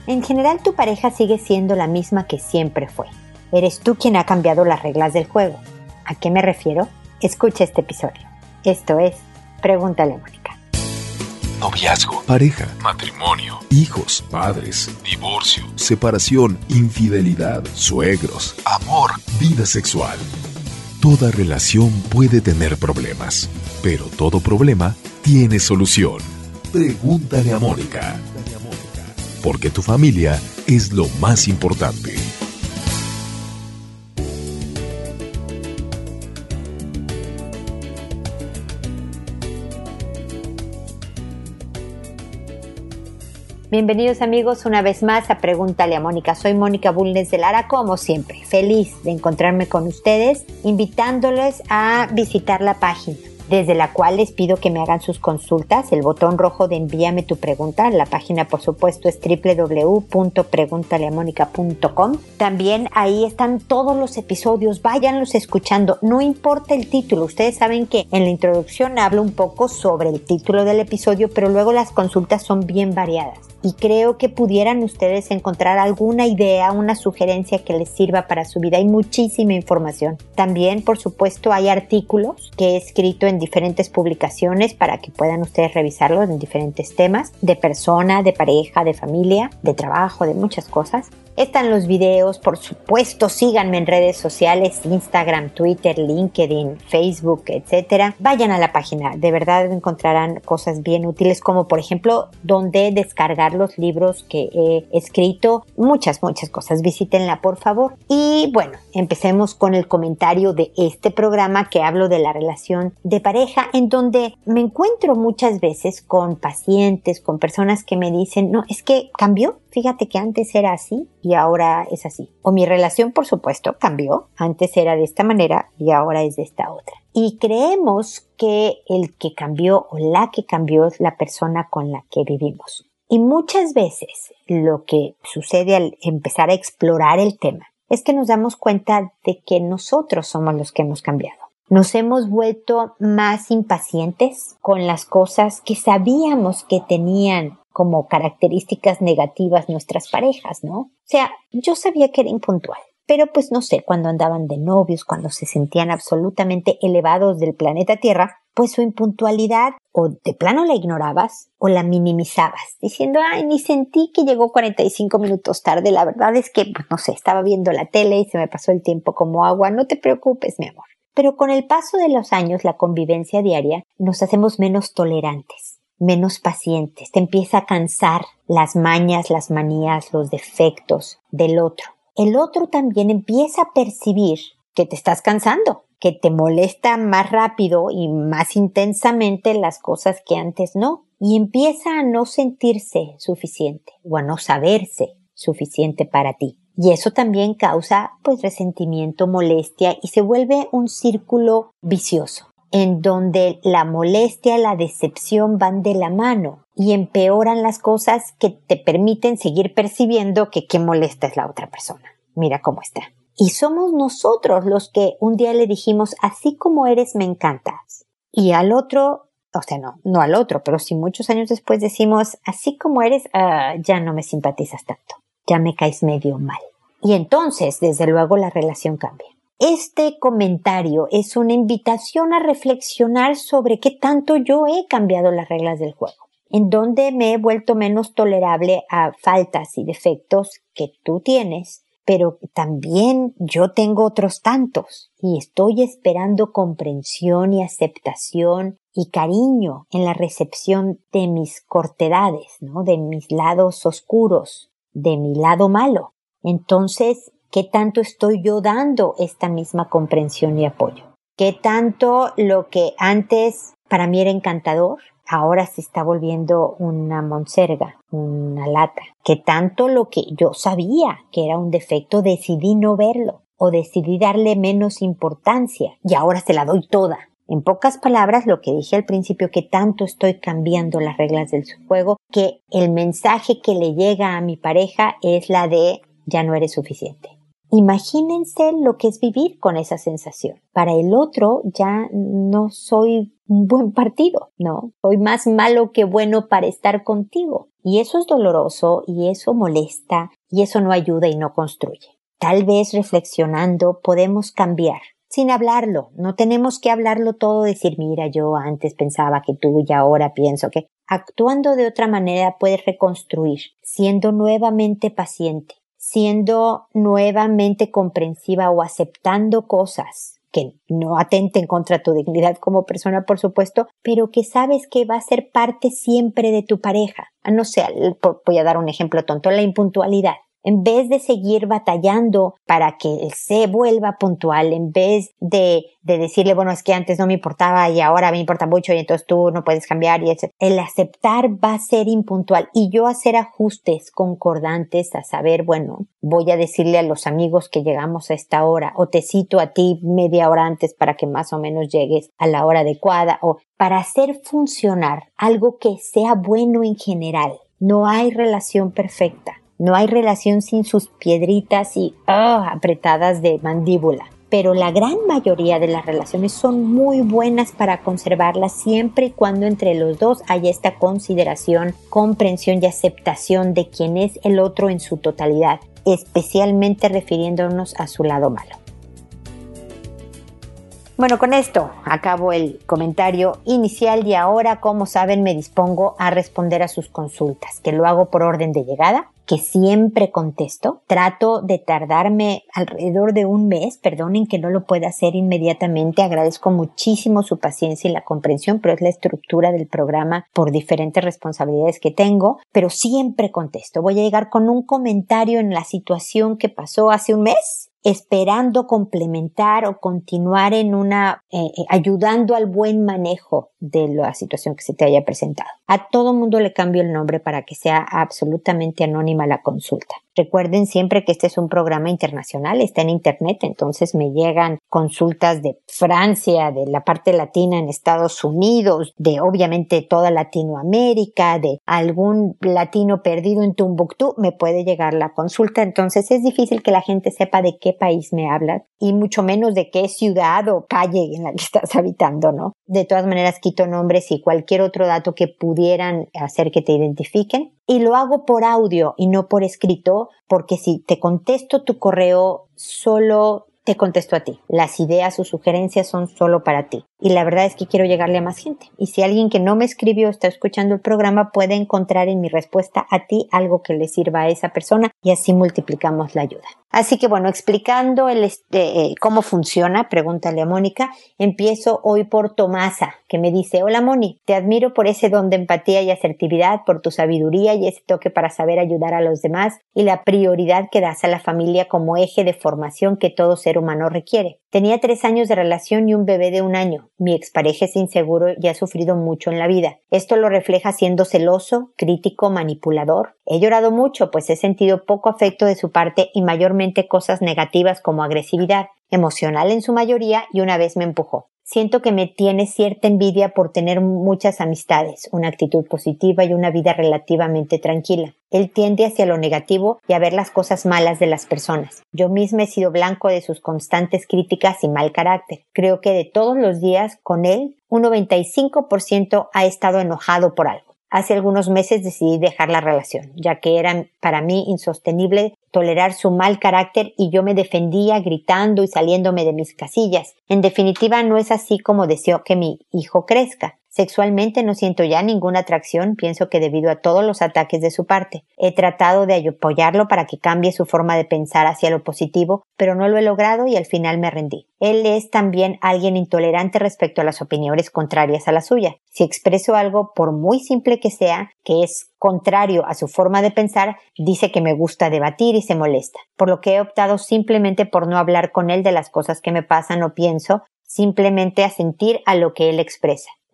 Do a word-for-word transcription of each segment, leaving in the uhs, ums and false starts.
En general, tu pareja sigue siendo la misma que siempre fue. Eres tú quien ha cambiado las reglas del juego. ¿A qué me refiero? Escucha este episodio. Esto es Pregúntale a Mónica. Noviazgo, pareja, matrimonio, hijos, padres, divorcio, separación, infidelidad, suegros, amor, vida sexual. Toda relación puede tener problemas, pero todo problema tiene solución. Pregúntale a Mónica. Porque tu familia es lo más importante. Bienvenidos amigos una vez más a Pregúntale a Mónica. Soy Mónica Bulnes de Lara, como siempre, feliz de encontrarme con ustedes, invitándoles a visitar la página, desde la cual les pido que me hagan sus consultas. El botón rojo de envíame tu pregunta. La página, por supuesto, es doble u doble u doble u punto preguntale a mónica punto com. También ahí están todos los episodios. Váyanlos escuchando. No importa el título. Ustedes saben que en la introducción hablo un poco sobre el título del episodio, pero luego las consultas son bien variadas. Y creo que pudieran ustedes encontrar alguna idea, una sugerencia que les sirva para su vida. Hay muchísima información. También, por supuesto, hay artículos que he escrito en diferentes publicaciones para que puedan ustedes revisarlos en diferentes temas, de persona, de pareja, de familia, de trabajo, de muchas cosas. Están los videos, por supuesto, síganme en redes sociales, Instagram, Twitter, LinkedIn, Facebook, etcétera. Vayan a la página, de verdad encontrarán cosas bien útiles, como por ejemplo, dónde descargar los libros que he escrito, muchas, muchas cosas. Visítenla, por favor. Y bueno, empecemos con el comentario de este programa que hablo de la relación de pareja, en donde me encuentro muchas veces con pacientes, con personas que me dicen, no, es que cambió. Fíjate que antes era así y ahora es así. O mi relación, por supuesto, cambió. Antes era de esta manera y ahora es de esta otra. Y creemos que el que cambió o la que cambió es la persona con la que vivimos. Y muchas veces lo que sucede al empezar a explorar el tema es que nos damos cuenta de que nosotros somos los que hemos cambiado. Nos hemos vuelto más impacientes con las cosas que sabíamos que tenían como características negativas nuestras parejas, ¿no? O sea, yo sabía que era impuntual, pero pues no sé, cuando andaban de novios, cuando se sentían absolutamente elevados del planeta Tierra, pues su impuntualidad o de plano la ignorabas o la minimizabas, diciendo, ay, ni sentí que llegó cuarenta y cinco minutos tarde, la verdad es que, pues no sé, estaba viendo la tele y se me pasó el tiempo como agua, no te preocupes, mi amor. Pero con el paso de los años, la convivencia diaria, nos hacemos menos tolerantes, menos pacientes. Te empieza a cansar las mañas, las manías, los defectos del otro. El otro también empieza a percibir que te estás cansando, que te molesta más rápido y más intensamente las cosas que antes no. Y empieza a no sentirse suficiente o a no saberse suficiente para ti. Y eso también causa, pues, resentimiento, molestia y se vuelve un círculo vicioso, en donde la molestia, la decepción van de la mano y empeoran las cosas que te permiten seguir percibiendo que qué molesta es la otra persona. Mira cómo está. Y somos nosotros los que un día le dijimos, así como eres, me encantas. Y al otro, o sea, no, no al otro, pero si muchos años después decimos, así como eres, uh, ya no me simpatizas tanto. Ya me caes medio mal. Y entonces, desde luego, la relación cambia. Este comentario es una invitación a reflexionar sobre qué tanto yo he cambiado las reglas del juego, en donde me he vuelto menos tolerable a faltas y defectos que tú tienes, pero también yo tengo otros tantos y estoy esperando comprensión y aceptación y cariño en la recepción de mis cortedades, ¿no? De mis lados oscuros, de mi lado malo. Entonces, ¿qué tanto estoy yo dando esta misma comprensión y apoyo? ¿Qué tanto lo que antes para mí era encantador, ahora se está volviendo una monserga, una lata? ¿Qué tanto lo que yo sabía que era un defecto decidí no verlo o decidí darle menos importancia y ahora se la doy toda? En pocas palabras, lo que dije al principio, que tanto estoy cambiando las reglas del juego, que el mensaje que le llega a mi pareja es la de ya no eres suficiente. imagínense lo que es vivir con esa sensación. Para el otro ya no soy un buen partido, ¿no? Soy más malo que bueno para estar contigo. Y eso es doloroso y eso molesta y eso no ayuda y no construye. Tal vez reflexionando podemos cambiar. Sin hablarlo, no tenemos que hablarlo todo, decir, mira, yo antes pensaba que tú y ahora pienso que... Actuando de otra manera puedes reconstruir, siendo nuevamente paciente, siendo nuevamente comprensiva o aceptando cosas que no atenten contra tu dignidad como persona, por supuesto, pero que sabes que va a ser parte siempre de tu pareja. No sé, voy a dar un ejemplo tonto, la impuntualidad. En vez de seguir batallando para que él se vuelva puntual, en vez de, de decirle, bueno, es que antes no me importaba y ahora me importa mucho y entonces tú no puedes cambiar, y etcétera. El aceptar va a ser impuntual y yo hacer ajustes concordantes a saber, bueno, voy a decirle a los amigos que llegamos a esta hora o te cito a ti media hora antes para que más o menos llegues a la hora adecuada, o para hacer funcionar algo que sea bueno en general. No hay relación perfecta. No hay relación sin sus piedritas y oh, apretadas de mandíbula. Pero la gran mayoría de las relaciones son muy buenas para conservarlas siempre y cuando entre los dos haya esta consideración, comprensión y aceptación de quién es el otro en su totalidad, especialmente refiriéndonos a su lado malo. Bueno, con esto acabo el comentario inicial y ahora, como saben, me dispongo a responder a sus consultas, que lo hago por orden de llegada, que siempre contesto. Trato de tardarme alrededor de un mes, perdonen que no lo pueda hacer inmediatamente, agradezco muchísimo su paciencia y la comprensión, pero es la estructura del programa por diferentes responsabilidades que tengo, pero siempre contesto. Voy a llegar con un comentario en la situación que pasó hace un mes, esperando complementar o continuar en una, eh, ayudando al buen manejo de la situación que se te haya presentado. A todo mundo le cambio el nombre para que sea absolutamente anónima la consulta. Recuerden siempre que este es un programa internacional, está en internet, entonces me llegan consultas de Francia, de la parte latina en Estados Unidos, de obviamente toda Latinoamérica, de algún latino perdido en Tombuctú, me puede llegar la consulta, entonces es difícil que la gente sepa de qué país me hablan y mucho menos de qué ciudad o calle en la que estás habitando, ¿no? De todas maneras quito nombres y cualquier otro dato que pudieran hacer que te identifiquen. Y lo hago por audio y no por escrito, porque si te contesto tu correo, solo te contesto a ti. Las ideas o sugerencias son solo para ti. Y la verdad es que quiero llegarle a más gente. Y si alguien que no me escribió está escuchando el programa, puede encontrar en mi respuesta a ti algo que le sirva a esa persona y así multiplicamos la ayuda. Así que bueno, explicando el este, eh, cómo funciona, pregúntale a Mónica, empiezo hoy por Tomasa, que me dice, hola Moni, te admiro por ese don de empatía y asertividad, por tu sabiduría y ese toque para saber ayudar a los demás y la prioridad que das a la familia como eje de formación que todo ser humano requiere. Tenía tres años de relación y un bebé de un año. Mi expareja es inseguro y ha sufrido mucho en la vida. Esto lo refleja siendo celoso, crítico, manipulador. He llorado mucho, pues he sentido poco afecto de su parte y mayormente cosas negativas como agresividad, emocional en su mayoría, y una vez me empujó. Siento que me tiene cierta envidia por tener muchas amistades, una actitud positiva y una vida relativamente tranquila. Él tiende hacia lo negativo y a ver las cosas malas de las personas. Yo misma he sido blanco de sus constantes críticas y mal carácter. Creo que de todos los días con él, un noventa y cinco por ciento ha estado enojado por algo. Hace algunos meses decidí dejar la relación, ya que era para mí insostenible tolerar su mal carácter y yo me defendía gritando y saliéndome de mis casillas. En definitiva, no es así como deseo que mi hijo crezca. Sexualmente no siento ya ninguna atracción, pienso que debido a todos los ataques de su parte. He tratado de apoyarlo para que cambie su forma de pensar hacia lo positivo, pero no lo he logrado y al final me rendí. Él es también alguien intolerante respecto a las opiniones contrarias a la suya. Si expreso algo, por muy simple que sea, que es contrario a su forma de pensar, dice que me gusta debatir y se molesta. Por lo que he optado simplemente por no hablar con él de las cosas que me pasan o pienso, simplemente asentir a lo que él expresa.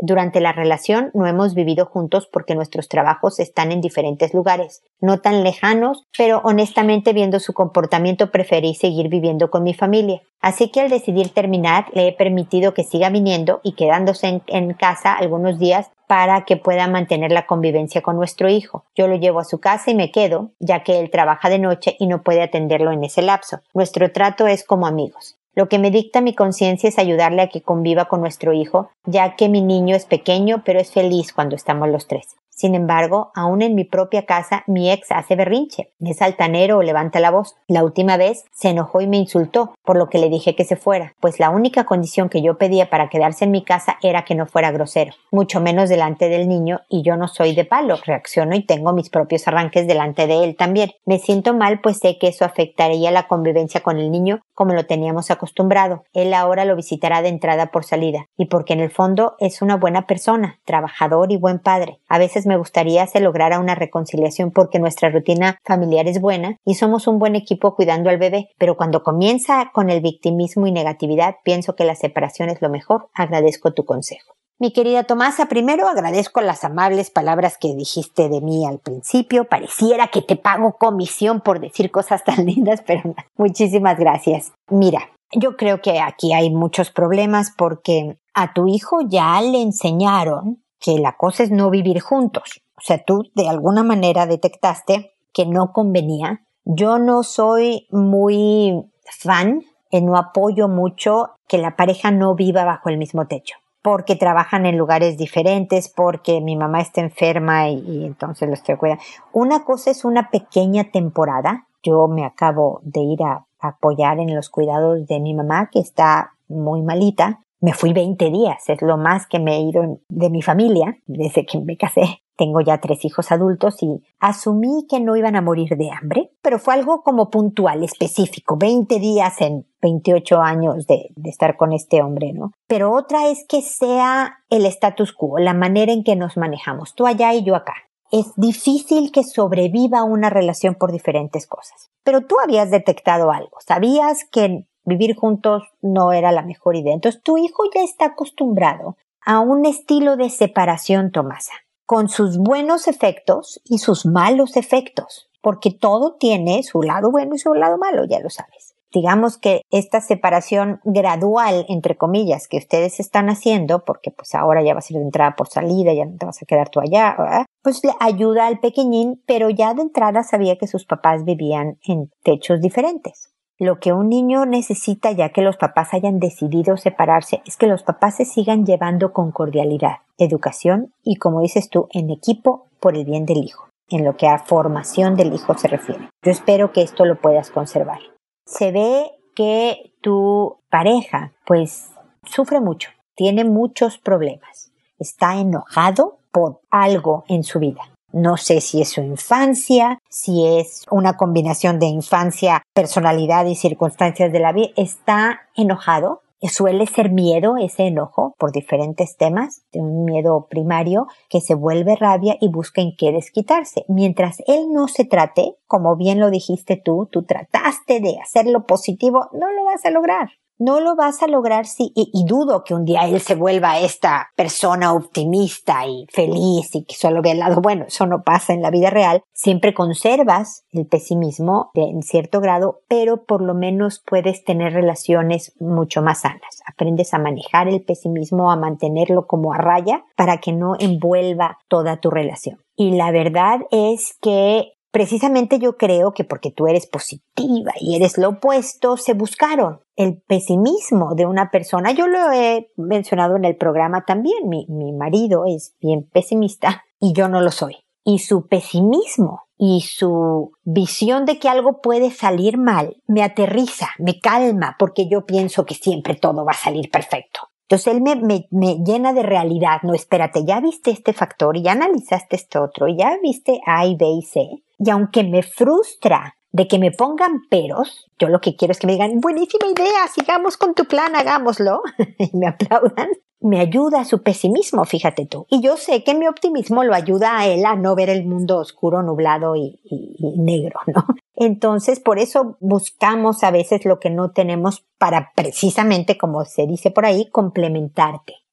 Durante la relación no hemos vivido juntos porque nuestros trabajos están en diferentes lugares, no tan lejanos, pero honestamente viendo su comportamiento preferí seguir viviendo con mi familia. Así que al decidir terminar le he permitido que siga viniendo y quedándose en, en casa algunos días para que pueda mantener la convivencia con nuestro hijo. Yo lo llevo a su casa y me quedo, ya que él trabaja de noche y no puede atenderlo en ese lapso. Nuestro trato es como amigos. Lo que me dicta mi conciencia es ayudarle a que conviva con nuestro hijo, ya que mi niño es pequeño, pero es feliz cuando estamos los tres. Sin embargo, aún en mi propia casa, mi ex hace berrinche, es altanero o levanta la voz. La última vez se enojó y me insultó, por lo que le dije que se fuera, pues la única condición que yo pedía para quedarse en mi casa era que no fuera grosero, mucho menos delante del niño, y yo no soy de palo, reacciono y tengo mis propios arranques delante de él también. Me siento mal, pues sé que eso afectaría la convivencia con el niño como lo teníamos acostumbrado. Él ahora lo visitará de entrada por salida, y porque en el fondo es una buena persona, trabajador y buen padre. A veces me gustaría se lograra una reconciliación porque nuestra rutina familiar es buena y somos un buen equipo cuidando al bebé, pero cuando comienza con el victimismo y negatividad, pienso que la separación es lo mejor. Agradezco tu consejo. Mi querida Tomasa, primero agradezco las amables palabras que dijiste de mí al principio. Pareciera que te pago comisión por decir cosas tan lindas, pero no. Muchísimas gracias. Mira, yo creo que aquí hay muchos problemas porque a tu hijo ya le enseñaron que la cosa es no vivir juntos. O sea, tú de alguna manera detectaste que no convenía. Yo no soy muy fan, eh, no apoyo mucho que la pareja no viva bajo el mismo techo, porque trabajan en lugares diferentes, porque mi mamá está enferma y, y entonces lo estoy cuidando. Una cosa es una pequeña temporada. Yo me acabo de ir a, a apoyar en los cuidados de mi mamá, que está muy malita. Me fui veinte días, es lo más que me he ido de mi familia desde que me casé. Tengo ya tres hijos adultos y asumí que no iban a morir de hambre, pero fue algo como puntual, específico, veinte días en veintiocho años de, de estar con este hombre, ¿no? Pero otra es que sea el status quo, la manera en que nos manejamos, tú allá y yo acá. Es difícil que sobreviva una relación por diferentes cosas. Pero tú habías detectado algo, sabías que vivir juntos no era la mejor idea. Entonces tu hijo ya está acostumbrado a un estilo de separación, Tomasa, con sus buenos efectos y sus malos efectos, porque todo tiene su lado bueno y su lado malo, ya lo sabes. Digamos que esta separación gradual, entre comillas, que ustedes están haciendo, porque pues ahora ya va a ser de entrada por salida, ya no te vas a quedar tú allá, ¿verdad? Pues le ayuda al pequeñín, pero ya de entrada sabía que sus papás vivían en techos diferentes. Lo que un niño necesita, ya que los papás hayan decidido separarse, es que los papás se sigan llevando con cordialidad, educación y, como dices tú, en equipo por el bien del hijo, en lo que a formación del hijo se refiere. Yo espero que esto lo puedas conservar. Se ve que tu pareja, pues, sufre mucho, tiene muchos problemas, está enojado por algo en su vida. No sé si es su infancia, si es una combinación de infancia, personalidad y circunstancias de la vida. Está enojado. Suele ser miedo, ese enojo, por diferentes temas, de un miedo primario que se vuelve rabia y busca en qué desquitarse. Mientras él no se trate, como bien lo dijiste tú, tú trataste de hacerlo positivo, no lo vas a lograr. No lo vas a lograr si, y, y dudo que un día él se vuelva esta persona optimista y feliz y que solo ve el lado bueno. Eso no pasa en la vida real. Siempre conservas el pesimismo de, en cierto grado, pero por lo menos puedes tener relaciones mucho más sanas. Aprendes a manejar el pesimismo, a mantenerlo como a raya para que no envuelva toda tu relación. Y la verdad es que precisamente yo creo que porque tú eres positiva y eres lo opuesto, se buscaron el pesimismo de una persona. Yo lo he mencionado en el programa también. Mi, mi marido es bien pesimista y yo no lo soy. Y su pesimismo y su visión de que algo puede salir mal me aterriza, me calma, porque yo pienso que siempre todo va a salir perfecto. Entonces él me, me, me llena de realidad. No, espérate, ya viste este factor y ya analizaste este otro y ya viste A y B y C. Y aunque me frustra de que me pongan peros, yo lo que quiero es que me digan, buenísima idea, sigamos con tu plan, hagámoslo, y me aplaudan. Me ayuda su pesimismo, fíjate tú. Y yo sé que mi optimismo lo ayuda a él a no ver el mundo oscuro, nublado y, y, y negro, ¿no? Entonces, por eso buscamos a veces lo que no tenemos para precisamente, como se dice por ahí, complementarte.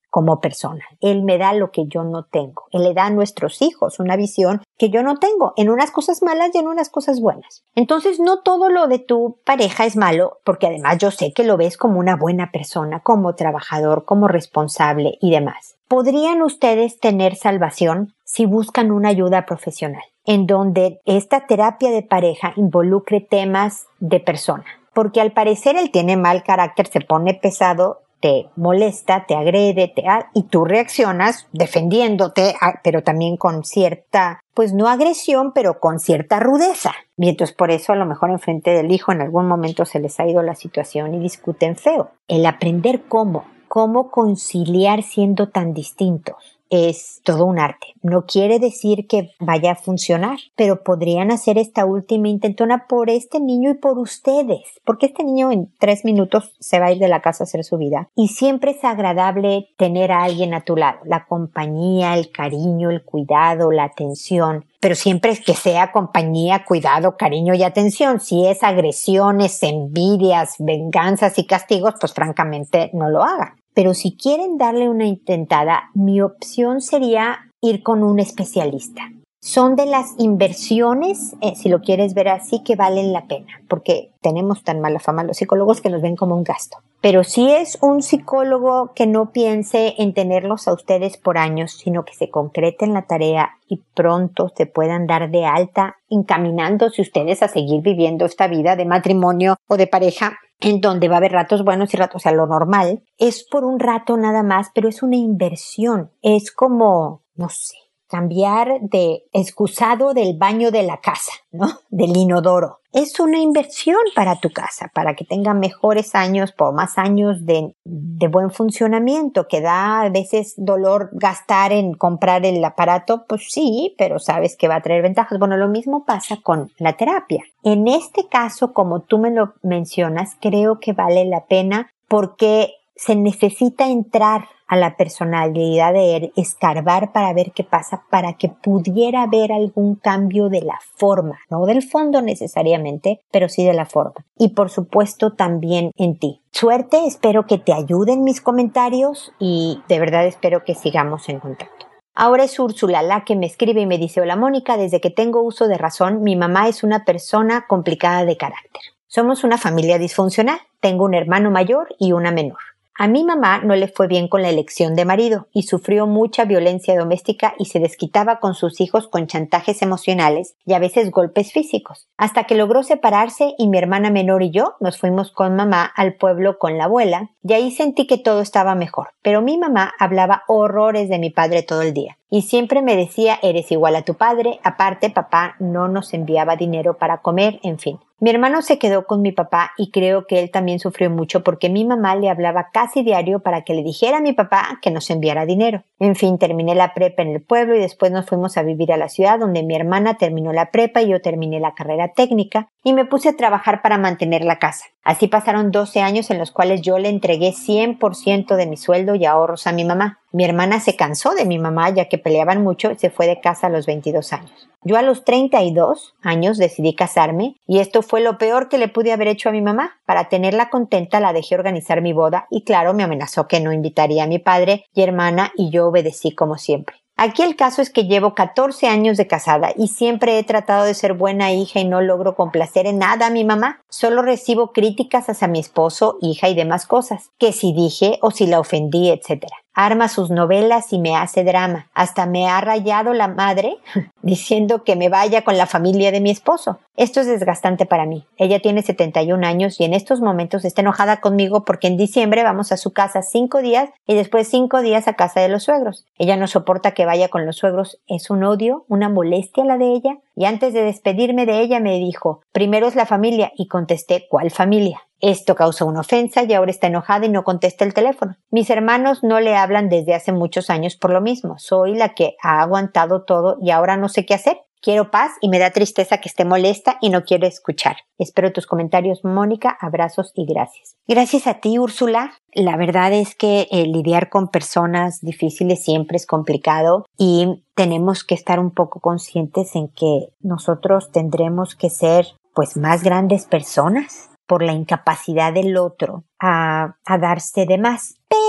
como persona. Él me da lo que yo no tengo. Él le da a nuestros hijos una visión que yo no tengo, en unas cosas malas y en unas cosas buenas. Entonces, no todo lo de tu pareja es malo, porque además yo sé que lo ves como una buena persona, como trabajador, como responsable y demás. ¿Podrían ustedes tener salvación si buscan una ayuda profesional, en donde esta terapia de pareja involucre temas de persona? Porque al parecer él tiene mal carácter, se pone pesado, te molesta, te agrede, te y tú reaccionas defendiéndote, pero también con cierta, pues no agresión, pero con cierta rudeza. Y entonces por eso a lo mejor enfrente del hijo en algún momento se les ha ido la situación y discuten feo. El aprender cómo, cómo conciliar siendo tan distintos es todo un arte. No quiere decir que vaya a funcionar, pero podrían hacer esta última intentona por este niño y por ustedes, porque este niño en tres minutos se va a ir de la casa a hacer su vida y siempre es agradable tener a alguien a tu lado, la compañía, el cariño, el cuidado, la atención, pero siempre es que sea compañía, cuidado, cariño y atención. Si es agresiones, envidias, venganzas y castigos, pues francamente no lo hagan. Pero si quieren darle una intentada, mi opción sería ir con un especialista. Son de las inversiones, eh, si lo quieres ver así, que valen la pena, porque tenemos tan mala fama los psicólogos que nos ven como un gasto. Pero si es un psicólogo que no piense en tenerlos a ustedes por años, sino que se concrete en la tarea y pronto se puedan dar de alta, encaminándose ustedes a seguir viviendo esta vida de matrimonio o de pareja, en donde va a haber ratos buenos y ratos, o sea, lo normal, es por un rato nada más, pero es una inversión. Es como, no sé, cambiar de excusado del baño de la casa, ¿no? Del inodoro. Es una inversión para tu casa, para que tenga mejores años, por más años de, de buen funcionamiento, que da a veces dolor gastar en comprar el aparato, pues sí, pero sabes que va a traer ventajas. Bueno, lo mismo pasa con la terapia. En este caso, como tú me lo mencionas, creo que vale la pena porque se necesita entrar a la personalidad de él, escarbar para ver qué pasa, para que pudiera haber algún cambio de la forma, no del fondo necesariamente, pero sí de la forma. Y por supuesto también en ti. Suerte, espero que te ayuden mis comentarios y de verdad espero que sigamos en contacto. Ahora es Úrsula la que me escribe y me dice: hola Mónica, desde que tengo uso de razón, mi mamá es una persona complicada de carácter. Somos una familia disfuncional, tengo un hermano mayor y una menor. A mi mamá no le fue bien con la elección de marido y sufrió mucha violencia doméstica y se desquitaba con sus hijos con chantajes emocionales y a veces golpes físicos, hasta que logró separarse y mi hermana menor y yo nos fuimos con mamá al pueblo con la abuela y ahí sentí que todo estaba mejor, pero mi mamá hablaba horrores de mi padre todo el día y siempre me decía: eres igual a tu padre, aparte papá no nos enviaba dinero para comer, en fin. Mi hermano se quedó con mi papá y creo que él también sufrió mucho porque mi mamá le hablaba casi diario para que le dijera a mi papá que nos enviara dinero. En fin, terminé la prepa en el pueblo y después nos fuimos a vivir a la ciudad donde mi hermana terminó la prepa y yo terminé la carrera técnica y me puse a trabajar para mantener la casa. Así pasaron doce años en los cuales yo le entregué cien por ciento de mi sueldo y ahorros a mi mamá. Mi hermana se cansó de mi mamá ya que peleaban mucho y se fue de casa a los veintidós años. Yo a los treinta y dos años decidí casarme y esto fue lo peor que le pude haber hecho a mi mamá. Para tenerla contenta la dejé organizar mi boda y claro, me amenazó que no invitaría a mi padre y hermana y yo obedecí como siempre. Aquí el caso es que llevo catorce años de casada y siempre he tratado de ser buena hija y no logro complacer en nada a mi mamá. Solo recibo críticas hacia mi esposo, hija y demás cosas, que si dije o si la ofendí, etcétera. Arma sus novelas y me hace drama. Hasta me ha rayado la madre diciendo que me vaya con la familia de mi esposo. Esto es desgastante para mí. Ella tiene setenta y un años y en estos momentos está enojada conmigo porque en diciembre vamos a su casa cinco días y después cinco días a casa de los suegros. Ella no soporta que vaya con los suegros. Es un odio, una molestia la de ella. Y antes de despedirme de ella me dijo: primero es la familia, y contesté: ¿cuál familia? Esto causó una ofensa y ahora está enojada y no contesta el teléfono. Mis hermanos no le hablan desde hace muchos años por lo mismo. Soy la que ha aguantado todo y ahora no sé qué hacer. Quiero paz y me da tristeza que esté molesta y no quiero escuchar. Espero tus comentarios, Mónica. Abrazos y gracias. Gracias a ti, Úrsula. La verdad es que eh, lidiar con personas difíciles siempre es complicado y tenemos que estar un poco conscientes en que nosotros tendremos que ser pues más grandes personas por la incapacidad del otro a, a darse de más.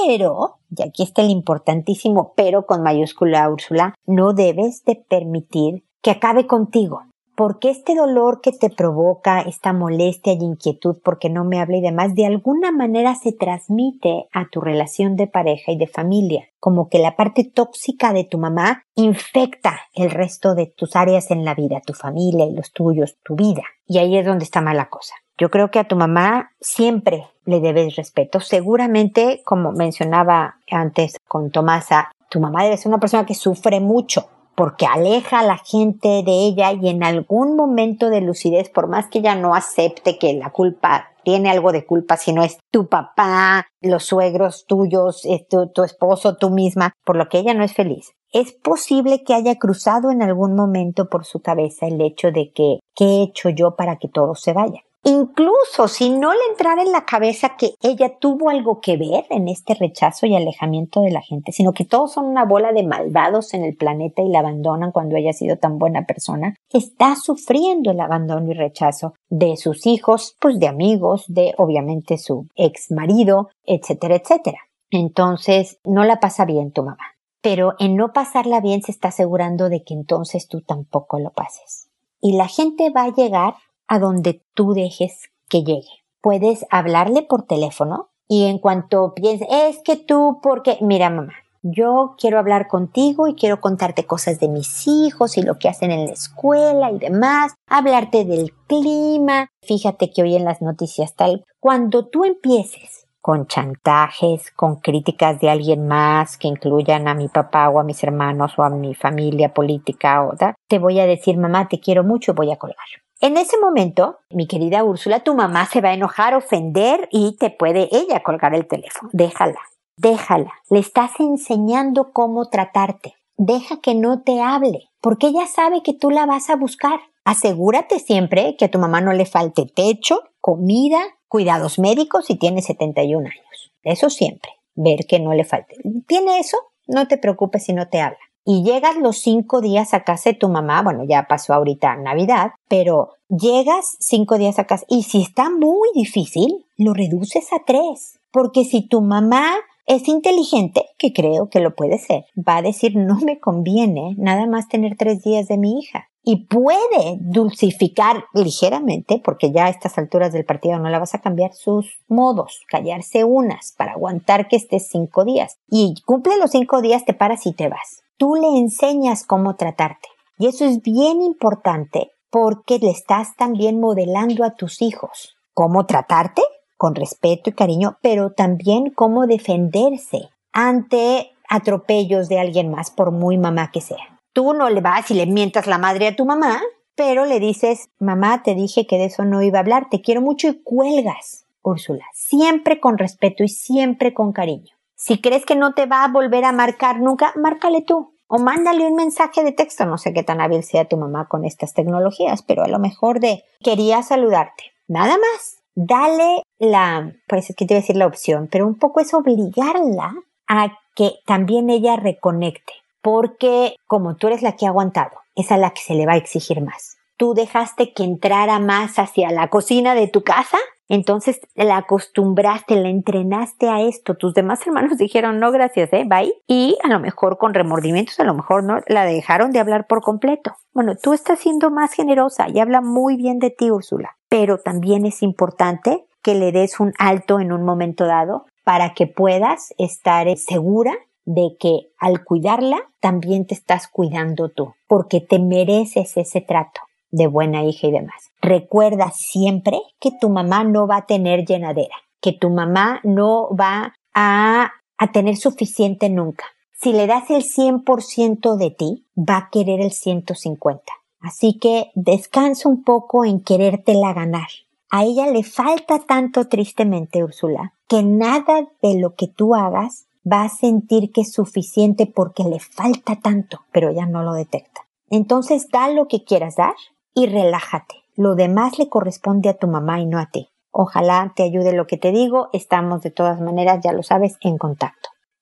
Pero, y aquí está el importantísimo pero con mayúscula, Úrsula, no debes de permitir que acabe contigo. Porque este dolor que te provoca, esta molestia y inquietud porque no me habla y demás, de alguna manera se transmite a tu relación de pareja y de familia. Como que la parte tóxica de tu mamá infecta el resto de tus áreas en la vida, tu familia y los tuyos, tu vida. Y ahí es donde está mala cosa. Yo creo que a tu mamá siempre le debes respeto. Seguramente, como mencionaba antes con Tomasa, tu mamá debe ser una persona que sufre mucho, porque aleja a la gente de ella y en algún momento de lucidez, por más que ella no acepte que la culpa tiene algo de culpa, si no es tu papá, los suegros tuyos, tu, tu esposo, tú misma, por lo que ella no es feliz. Es posible que haya cruzado en algún momento por su cabeza el hecho de que, ¿qué he hecho yo para que todos se vayan? Incluso si no le entrara en la cabeza que ella tuvo algo que ver en este rechazo y alejamiento de la gente, sino que todos son una bola de malvados en el planeta y la abandonan cuando ella ha sido tan buena persona, está sufriendo el abandono y rechazo de sus hijos, pues de amigos, de obviamente su ex marido, etcétera, etcétera. Entonces no la pasa bien tu mamá, pero en no pasarla bien se está asegurando de que entonces tú tampoco lo pases. Y la gente va a llegar a donde tú dejes que llegue. Puedes hablarle por teléfono y en cuanto pienses, es que tú, porque, mira mamá, yo quiero hablar contigo y quiero contarte cosas de mis hijos y lo que hacen en la escuela y demás, hablarte del clima, fíjate que hoy en las noticias tal, cuando tú empieces con chantajes, con críticas de alguien más que incluyan a mi papá o a mis hermanos o a mi familia política o tal, te voy a decir, mamá, te quiero mucho, voy a colgar. En ese momento, mi querida Úrsula, tu mamá se va a enojar, ofender y te puede ella colgar el teléfono. Déjala, déjala. Le estás enseñando cómo tratarte. Deja que no te hable, porque ella sabe que tú la vas a buscar. Asegúrate siempre que a tu mamá no le falte techo, comida, cuidados médicos si tiene setenta y un años. Eso siempre, ver que no le falte. ¿Tiene eso? No te preocupes si no te habla. Y llegas los cinco días a casa de tu mamá, bueno, ya pasó ahorita Navidad, pero llegas cinco días a casa y si está muy difícil, lo reduces a tres. Porque si tu mamá es inteligente, que creo que lo puede ser, va a decir, no me conviene nada más tener tres días de mi hija. Y puede dulcificar ligeramente, porque ya a estas alturas del partido no la vas a cambiar, sus modos, callarse unas para aguantar que estés cinco días. Y cumple los cinco días, te paras y te vas. Tú le enseñas cómo tratarte. Y eso es bien importante porque le estás también modelando a tus hijos cómo tratarte con respeto y cariño, pero también cómo defenderse ante atropellos de alguien más, por muy mamá que sea. Tú no le vas y le mientas la madre a tu mamá, pero le dices, mamá, te dije que de eso no iba a hablar, te quiero mucho y cuelgas, Úrsula. Siempre con respeto y siempre con cariño. Si crees que no te va a volver a marcar nunca, márcale tú. O mándale un mensaje de texto. No sé qué tan hábil sea tu mamá con estas tecnologías, pero a lo mejor de, quería saludarte. Nada más. Dale la, pues es que te iba a decir la opción, pero un poco es obligarla a que también ella reconecte. Porque como tú eres la que ha aguantado, es a la que se le va a exigir más. Tú dejaste que entrara más hacia la cocina de tu casa, entonces la acostumbraste, la entrenaste a esto. Tus demás hermanos dijeron, no gracias, eh, bye. Y a lo mejor con remordimientos, a lo mejor no, la dejaron de hablar por completo. Bueno, tú estás siendo más generosa y habla muy bien de ti, Úrsula. Pero también es importante que le des un alto en un momento dado para que puedas estar segura de que al cuidarla también te estás cuidando tú, porque te mereces ese trato de buena hija y demás. Recuerda siempre que tu mamá no va a tener llenadera, que tu mamá no va a, a tener suficiente nunca. Si le das el cien por ciento de ti, va a querer el ciento cincuenta. Así que descansa un poco en querértela ganar. A ella le falta tanto, tristemente, Úrsula, que nada de lo que tú hagas va a sentir que es suficiente porque le falta tanto, pero ella no lo detecta. Entonces da lo que quieras dar y relájate. Lo demás le corresponde a tu mamá y no a ti. Ojalá te ayude lo que te digo. Estamos de todas maneras, ya lo sabes, en contacto.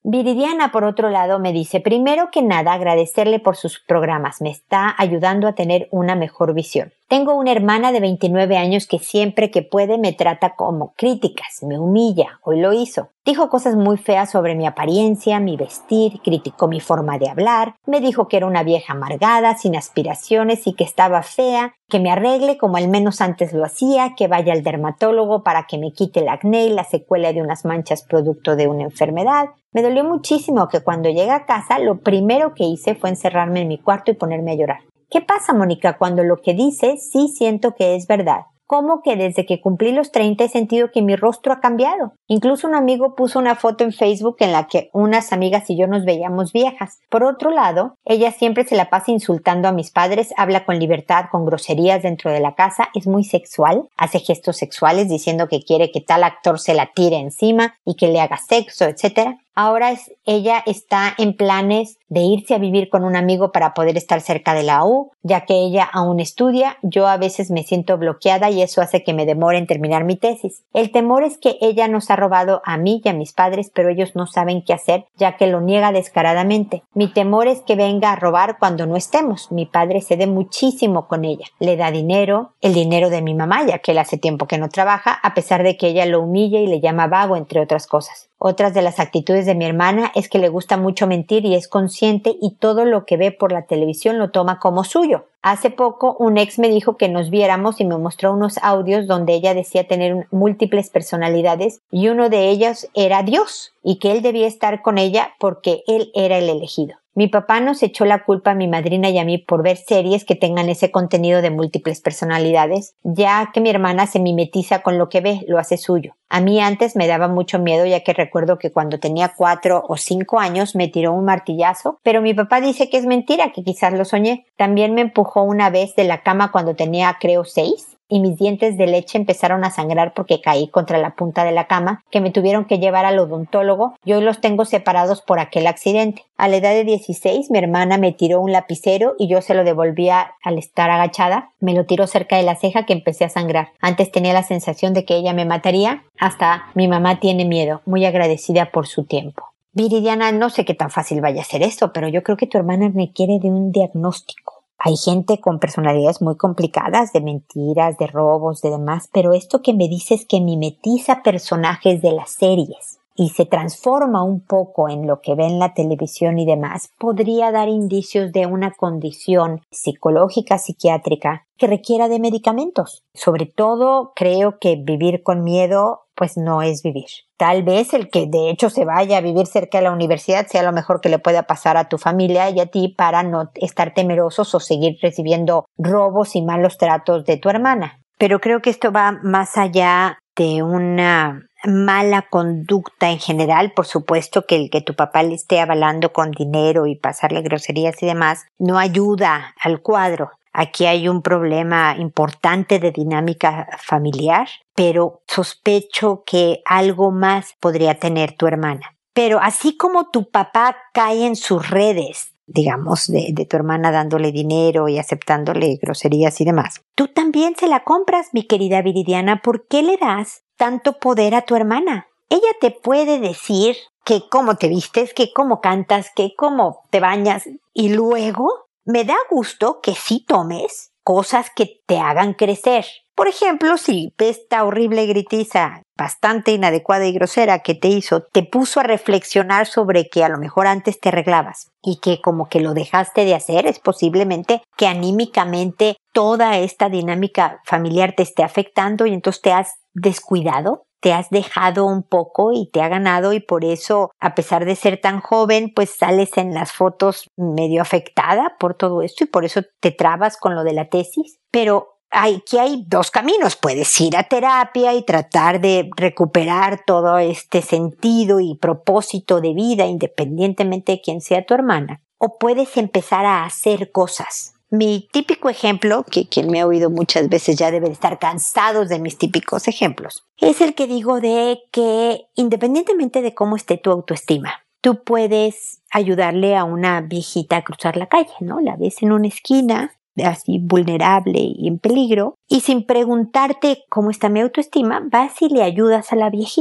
Viridiana, por otro lado, me dice, primero que nada, agradecerle por sus programas. Me está ayudando a tener una mejor visión. Tengo una hermana de veintinueve años que siempre que puede me trata como críticas, me humilla. Hoy lo hizo. Dijo cosas muy feas sobre mi apariencia, mi vestir, criticó mi forma de hablar, me dijo que era una vieja amargada, sin aspiraciones y que estaba fea, que me arregle como al menos antes lo hacía, que vaya al dermatólogo para que me quite el acné y la secuela de unas manchas producto de una enfermedad. Me dolió muchísimo que cuando llegué a casa lo primero que hice fue encerrarme en mi cuarto y ponerme a llorar. ¿Qué pasa, Mónica, cuando lo que dices sí siento que es verdad? ¿Cómo que desde que cumplí los treinta he sentido que mi rostro ha cambiado? Incluso un amigo puso una foto en Facebook en la que unas amigas y yo nos veíamos viejas. Por otro lado, ella siempre se la pasa insultando a mis padres, habla con libertad, con groserías dentro de la casa, es muy sexual, hace gestos sexuales diciendo que quiere que tal actor se la tire encima y que le haga sexo, etcétera. Ahora es, ella está en planes de irse a vivir con un amigo para poder estar cerca de la U, ya que ella aún estudia. Yo a veces me siento bloqueada y eso hace que me demore en terminar mi tesis. El temor es que ella nos ha robado a mí y a mis padres, pero ellos no saben qué hacer, ya que lo niega descaradamente. Mi temor es que venga a robar cuando no estemos. Mi padre cede muchísimo con ella. Le da dinero, el dinero de mi mamá, ya que él hace tiempo que no trabaja, a pesar de que ella lo humilla y le llama vago, entre otras cosas. Otras de las actitudes de mi hermana es que le gusta mucho mentir y es consciente y todo lo que ve por la televisión lo toma como suyo. Hace poco un ex me dijo que nos viéramos y me mostró unos audios donde ella decía tener múltiples personalidades y uno de ellos era Dios y que él debía estar con ella porque él era el elegido. Mi papá nos echó la culpa a mi madrina y a mí por ver series que tengan ese contenido de múltiples personalidades, ya que mi hermana se mimetiza con lo que ve, lo hace suyo. A mí antes me daba mucho miedo, ya que recuerdo que cuando tenía cuatro o cinco años me tiró un martillazo, pero mi papá dice que es mentira, que quizás lo soñé. También me empujó una vez de la cama cuando tenía, creo, seis. Y mis dientes de leche empezaron a sangrar porque caí contra la punta de la cama, que me tuvieron que llevar al odontólogo y hoy los tengo separados por aquel accidente. A la edad de dieciséis, mi hermana me tiró un lapicero y yo se lo devolvía al estar agachada. Me lo tiró cerca de la ceja que empecé a sangrar. Antes tenía la sensación de que ella me mataría. Hasta mi mamá tiene miedo, muy agradecida por su tiempo. Viridiana, no sé qué tan fácil vaya a ser esto, pero yo creo que tu hermana requiere de un diagnóstico. Hay gente con personalidades muy complicadas, de mentiras, de robos, de demás, pero esto que me dices que mimetiza personajes de las series y se transforma un poco en lo que ve en la televisión y demás, podría dar indicios de una condición psicológica, psiquiátrica, que requiera de medicamentos. Sobre todo, creo que vivir con miedo, pues no es vivir. Tal vez el que de hecho se vaya a vivir cerca de la universidad sea lo mejor que le pueda pasar a tu familia y a ti para no estar temerosos o seguir recibiendo robos y malos tratos de tu hermana. Pero creo que esto va más allá de una mala conducta en general. Por supuesto que el que tu papá le esté avalando con dinero y pasarle groserías y demás no ayuda al cuadro. Aquí hay un problema importante de dinámica familiar, pero sospecho que algo más podría tener tu hermana. Pero así como tu papá cae en sus redes, digamos, de, de tu hermana dándole dinero y aceptándole groserías y demás, tú también se la compras, mi querida Viridiana. ¿Por qué le das tanto poder a tu hermana? Ella te puede decir que cómo te vistes, que cómo cantas, que cómo te bañas y luego me da gusto que sí tomes cosas que te hagan crecer. Por ejemplo, si esta horrible gritiza bastante inadecuada y grosera que te hizo, te puso a reflexionar sobre que a lo mejor antes te arreglabas y que como que lo dejaste de hacer, es posiblemente que anímicamente toda esta dinámica familiar te esté afectando y entonces te has descuidado. Te has dejado un poco y te ha ganado y por eso, a pesar de ser tan joven, pues sales en las fotos medio afectada por todo esto y por eso te trabas con lo de la tesis. Pero aquí hay dos caminos. Puedes ir a terapia y tratar de recuperar todo este sentido y propósito de vida independientemente de quién sea tu hermana. O puedes empezar a hacer cosas. Mi típico ejemplo, que quien me ha oído muchas veces ya debe de estar cansados de mis típicos ejemplos, es el que digo de que independientemente de cómo esté tu autoestima, tú puedes ayudarle a una viejita a cruzar la calle, ¿no? La ves en una esquina, así vulnerable y en peligro, y sin preguntarte cómo está mi autoestima, vas y le ayudas a la viejita.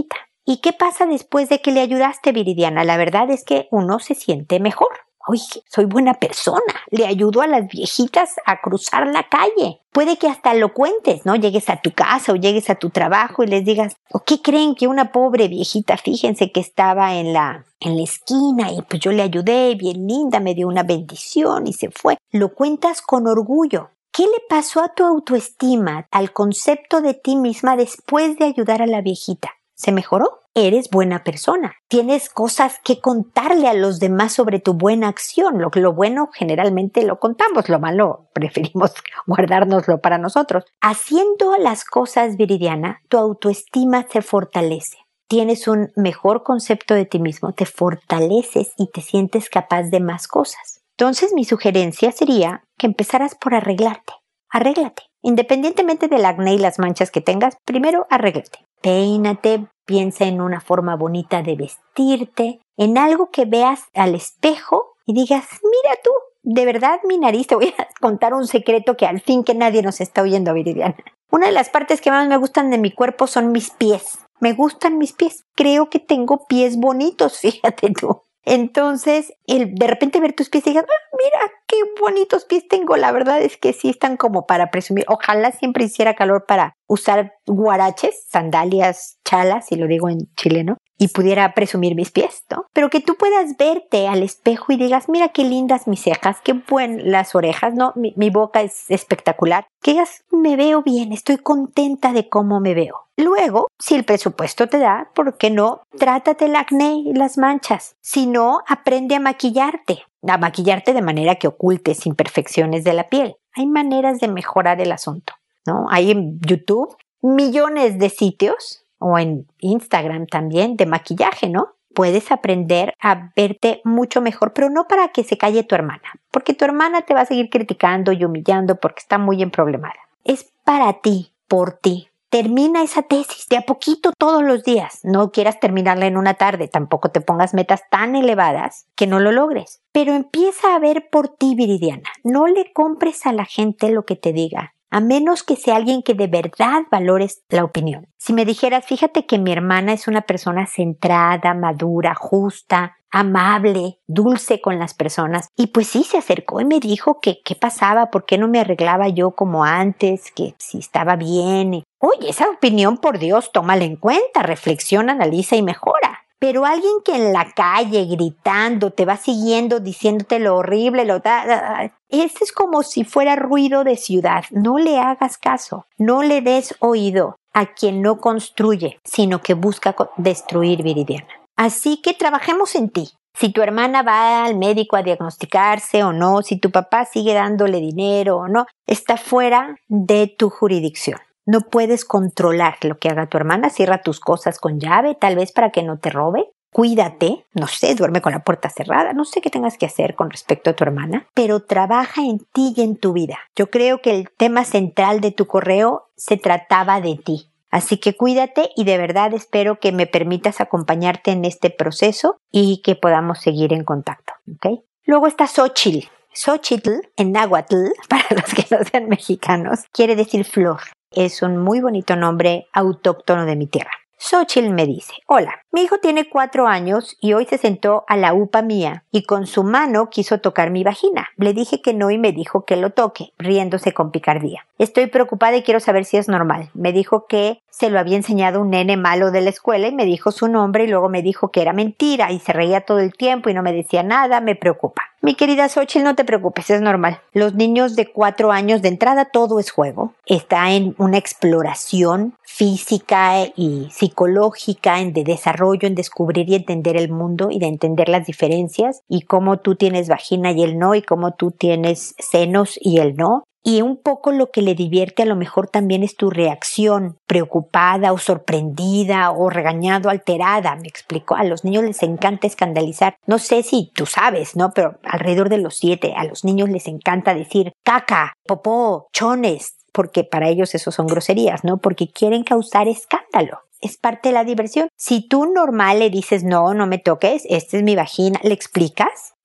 ¿Y qué pasa después de que le ayudaste, Viridiana? La verdad es que uno se siente mejor. Oye, soy buena persona, le ayudo a las viejitas a cruzar la calle. Puede que hasta lo cuentes, ¿no? Llegues a tu casa o llegues a tu trabajo y les digas, ¿o qué creen que una pobre viejita, fíjense que estaba en la, en la esquina y pues yo le ayudé, bien linda, me dio una bendición y se fue? Lo cuentas con orgullo. ¿Qué le pasó a tu autoestima, al concepto de ti misma después de ayudar a la viejita? ¿Se mejoró? Eres buena persona. Tienes cosas que contarle a los demás sobre tu buena acción. Lo, lo bueno generalmente lo contamos, lo malo preferimos guardárnoslo para nosotros. Haciendo las cosas, Viridiana, tu autoestima se fortalece. Tienes un mejor concepto de ti mismo, te fortaleces y te sientes capaz de más cosas. Entonces, mi sugerencia sería que empezaras por arreglarte. Arréglate. Independientemente del acné y las manchas que tengas, primero arréglate. Peínate, piensa en una forma bonita de vestirte, en algo que veas al espejo y digas, mira tú, de verdad mi nariz, te voy a contar un secreto que al fin que nadie nos está oyendo, Viridiana. Una de las partes que más me gustan de mi cuerpo son mis pies. Me gustan mis pies. Creo que tengo pies bonitos, fíjate tú. Entonces, el de repente ver tus pies y digas, ah, mira qué bonitos pies tengo. La verdad es que sí están como para presumir. Ojalá siempre hiciera calor para usar guaraches, sandalias, chalas, si lo digo en chileno, y pudiera presumir mis pies, ¿no? Pero que tú puedas verte al espejo y digas, mira qué lindas mis cejas, qué buenas las orejas, ¿no? Mi, mi boca es espectacular. Que digas, me veo bien, estoy contenta de cómo me veo. Luego, si el presupuesto te da, ¿por qué no? Trátate el acné y las manchas. Si no, aprende a maquillarte. A maquillarte de manera que ocultes imperfecciones de la piel. Hay maneras de mejorar el asunto, ¿no? Hay en YouTube millones de sitios, o en Instagram también, de maquillaje, ¿no? Puedes aprender a verte mucho mejor, pero no para que se calle tu hermana, porque tu hermana te va a seguir criticando y humillando porque está muy emproblemada. Es para ti, por ti. Termina esa tesis de a poquito todos los días. No quieras terminarla en una tarde, tampoco te pongas metas tan elevadas que no lo logres. Pero empieza a ver por ti, Viridiana. No le compres a la gente lo que te diga, a menos que sea alguien que de verdad valores la opinión. Si me dijeras, fíjate que mi hermana es una persona centrada, madura, justa, amable, dulce con las personas, y pues sí se acercó y me dijo que qué pasaba, por qué no me arreglaba yo como antes, que si estaba bien. Oye, esa opinión, por Dios, tómala en cuenta, reflexiona, analiza y mejora. Pero alguien que en la calle gritando te va siguiendo diciéndote lo horrible, lo da, da, ese es como si fuera ruido de ciudad. No le hagas caso, no le des oído a quien no construye, sino que busca destruir, Viridiana. Así que trabajemos en ti. Si tu hermana va al médico a diagnosticarse o no, si tu papá sigue dándole dinero o no, está fuera de tu jurisdicción. No puedes controlar lo que haga tu hermana. Cierra tus cosas con llave, tal vez para que no te robe. Cuídate, no sé, duerme con la puerta cerrada. No sé qué tengas que hacer con respecto a tu hermana, pero trabaja en ti y en tu vida. Yo creo que el tema central de tu correo se trataba de ti. Así que cuídate y de verdad espero que me permitas acompañarte en este proceso y que podamos seguir en contacto, ¿ok? Luego está Xochitl. Xochitl, en náhuatl, para los que no sean mexicanos, quiere decir flor. Es un muy bonito nombre autóctono de mi tierra. Xochitl me dice, hola, mi hijo tiene cuatro años y hoy se sentó a la upa mía y con su mano quiso tocar mi vagina. Le dije que no y me dijo que lo toque, riéndose con picardía. Estoy preocupada y quiero saber si es normal. Me dijo que se lo había enseñado un nene malo de la escuela y me dijo su nombre y luego me dijo que era mentira y se reía todo el tiempo y no me decía nada, me preocupa. Mi querida Xochitl, no te preocupes, es normal. Los niños de cuatro años de entrada todo es juego. Está en una exploración física y psicológica, en de desarrollo, en descubrir y entender el mundo y de entender las diferencias y cómo tú tienes vagina y él no y cómo tú tienes senos y él no. Y un poco lo que le divierte a lo mejor también es tu reacción preocupada o sorprendida o regañado, alterada. Me explico, a los niños les encanta escandalizar. No sé si tú sabes, ¿no? Pero alrededor de los siete a los niños les encanta decir caca, popó, chones, porque para ellos eso son groserías, ¿no? Porque quieren causar escándalo. Es parte de la diversión. Si tú normal le dices, no, no me toques, esta es mi vagina, ¿le explicas?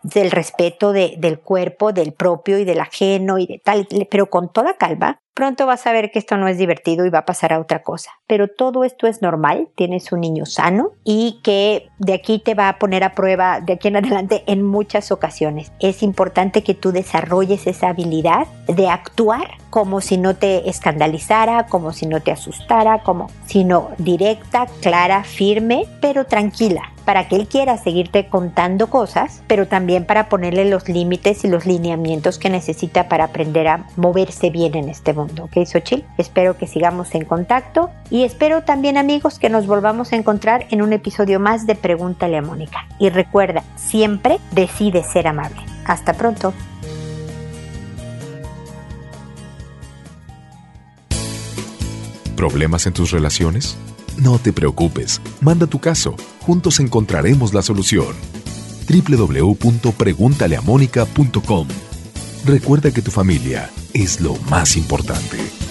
del respeto de, del cuerpo, del propio y del ajeno y de tal, pero con toda calma, pronto vas a ver que esto no es divertido y va a pasar a otra cosa. Pero todo esto es normal, tienes un niño sano y que de aquí te va a poner a prueba de aquí en adelante en muchas ocasiones. Es importante que tú desarrolles esa habilidad de actuar como si no te escandalizara, como si no te asustara, como sino directa, clara, firme, pero tranquila, para que él quiera seguirte contando cosas, pero también para ponerle los límites y los lineamientos que necesita para aprender a moverse bien en este mundo. ¿Ok, Xochitl? Espero que sigamos en contacto y espero también, amigos, que nos volvamos a encontrar en un episodio más de Pregúntale a Mónica. Y recuerda, siempre decide ser amable. Hasta pronto. ¿Problemas en tus relaciones? No te preocupes, manda tu caso, juntos encontraremos la solución. doble u doble u doble u punto pregúntale a mónica punto com. Recuerda que tu familia es lo más importante.